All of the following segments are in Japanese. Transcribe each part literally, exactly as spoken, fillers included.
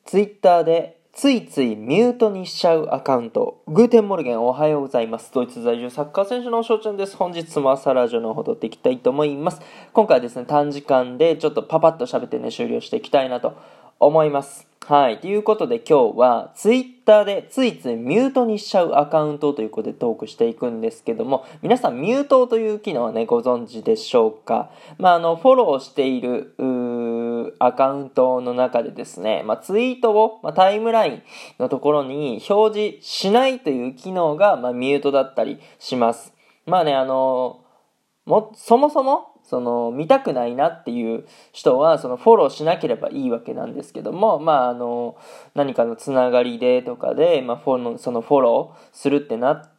ツイッターでついついミュートにしちゃうアカウント。グーテンモルゲン、おはようございます。ドイツ在住サッカー選手の翔ちゃんです。本日も朝ラジオの方撮っていきたいと思います。今回はですね、短時間でちょっとパパッと喋ってね、終了していきたいなと思います。はい。ということで今日はツイッターでついついミュートにしちゃうアカウントということでトークしていくんですけども、皆さんミュートという機能はね、ご存知でしょうか？まあ、あの、フォローしている、アカウントの中でですね、まあ、ツイートを、まあ、タイムラインのところに表示しないという機能が、まあ、ミュートだったりします。まあね、あの、も、そもそも、その、見たくないなっていう人は、その、フォローしなければいいわけなんですけども、まあ、あの、何かのつながりでとかで、まあ、フォロー、そのフォローするってなって、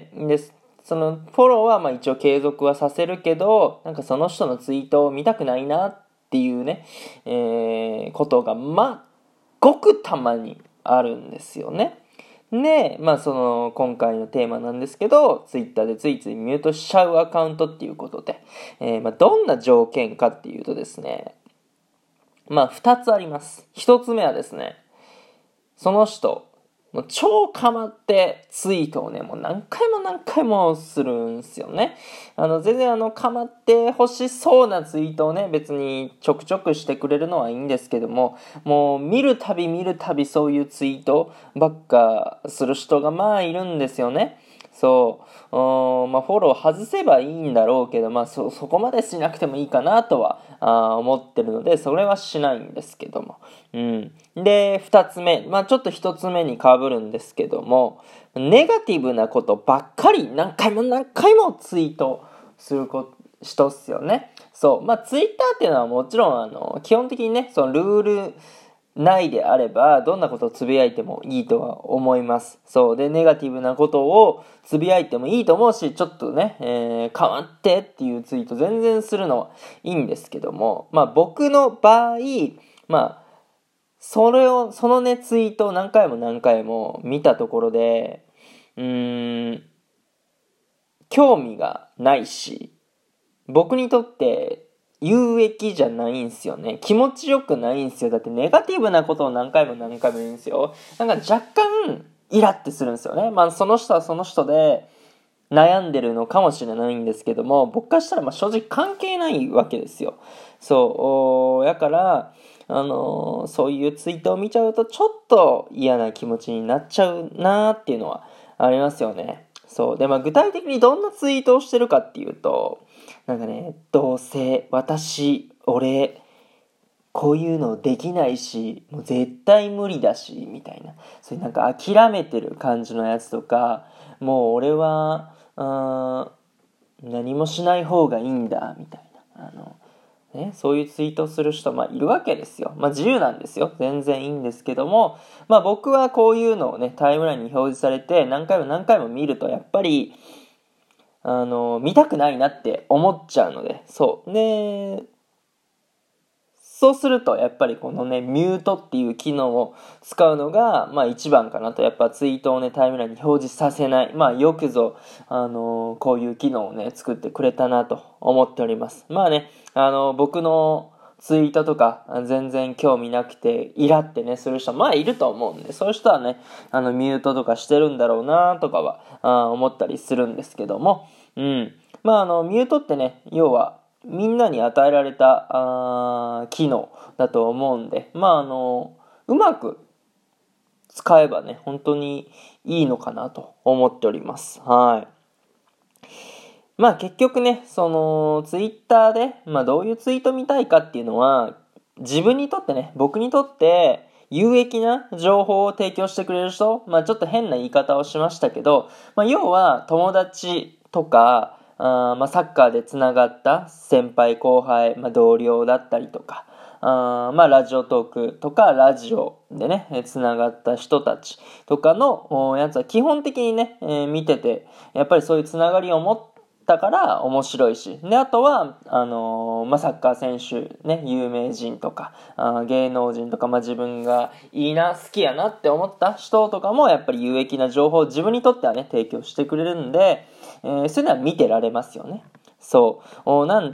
で、その、フォローは、まあ、一応継続はさせるけど、なんかその人のツイートを見たくないなっていうね、えー、ことが、まあ、ごくたまにあるんですよね。で、まあその今回のテーマなんですけど、ツイッターでついついミュートしちゃうアカウントっていうことで、えー、まあどんな条件かっていうとですね、まあふたつあります。ひとつめはですね、その人、もう超かまってツイートをね、もう何回も何回もするんすよね。あの、全然あの、かまってほしそうなツイートをね、別にちょくちょくしてくれるのはいいんですけども、もう見るたび見るたびそういうツイートばっかする人がまあいるんですよね。そう、うまあ、フォロー外せばいいんだろうけど、まあ、そ、そこまでしなくてもいいかなとはあ思ってるので、それはしないんですけども。うん。で、二つ目。まあ、ちょっと一つ目に被るんですけども、ネガティブなことばっかり何回も何回もツイートするこ人っすよね。そう。まあ、ツイッターっていうのはもちろん、あの、基本的にね、そのルール、ないであればどんなことをつぶやいてもいいとは思います。そうでネガティブなことをつぶやいてもいいと思うし、ちょっとね、えー、変わってっていうツイート全然するのはいいんですけども、まあ僕の場合、まあそれをそのねツイートを何回も何回も見たところで、うーん興味がないし、僕にとって有益じゃないんすよね。気持ちよくないんすよ。だってネガティブなことを何回も何回も言うんですよ。なんか若干イラってするんですよね。まあその人はその人で悩んでるのかもしれないんですけども、僕からしたらまあ正直関係ないわけですよ。そう。やから、あのー、そういうツイートを見ちゃうとちょっと嫌な気持ちになっちゃうなーっていうのはありますよね。そう。で、まあ具体的にどんなツイートをしてるかっていうと、なんかね、どうせ、私、俺、こういうのできないし、もう絶対無理だし、みたいな。そういうなんか諦めてる感じのやつとか、もう俺は、うーん、何もしない方がいいんだ、みたいな。あの、ね、そういうツイートをする人、まあいるわけですよ。まあ自由なんですよ。全然いいんですけども、まあ僕はこういうのをね、タイムラインに表示されて、何回も何回も見ると、やっぱり、あの、見たくないなって思っちゃうので、そう。で、そうすると、やっぱりこのね、ミュートっていう機能を使うのが、まあ一番かなと。やっぱツイートをね、タイムラインに表示させない。まあよくぞ、あの、こういう機能をね、作ってくれたなと思っております。まあね、あの、僕のツイートとか全然興味なくてイラってねする人まあいると思うんで、そういう人はねあのミュートとかしてるんだろうなとかはあ思ったりするんですけども、うんまああのミュートってね要はみんなに与えられたあ機能だと思うんで、まああのうまく使えばね本当にいいのかなと思っております。はい。まあ結局ね、そのツイッターで、まあどういうツイート見たいかっていうのは、自分にとってね、僕にとって有益な情報を提供してくれる人、まあちょっと変な言い方をしましたけど、まあ要は友達とか、あまあサッカーでつながった先輩後輩、まあ同僚だったりとか、あまあラジオトークとかラジオでね、つながった人たちとかのやつは基本的にね、えー、見てて、やっぱりそういうつながりを持ってだから面白いし。で、あとは、あのー、まあ、サッカー選手、ね、有名人とか、あ芸能人とか、まあ、自分がいいな、好きやなって思った人とかも、やっぱり有益な情報を自分にとってはね、提供してくれるんで、えー、そういうのは見てられますよね。そう。なんで、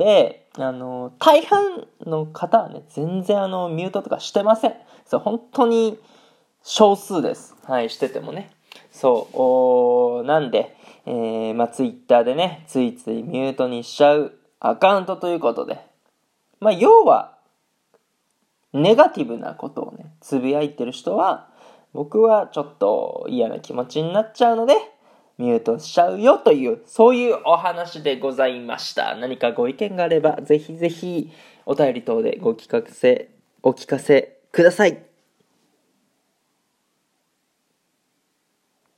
あの大半の方はね全然あのミュートとかしてません。そう本当に少数です。はい、しててもね。そうおなんで、えー、まあツイッターでねついついミュートにしちゃうアカウントということで、まあ要はネガティブなことをねつぶやいてる人は僕はちょっと嫌な気持ちになっちゃうのでミュートしちゃうよという、そういうお話でございました。何かご意見があればぜひぜひお便り等でご聞かせお聞かせください。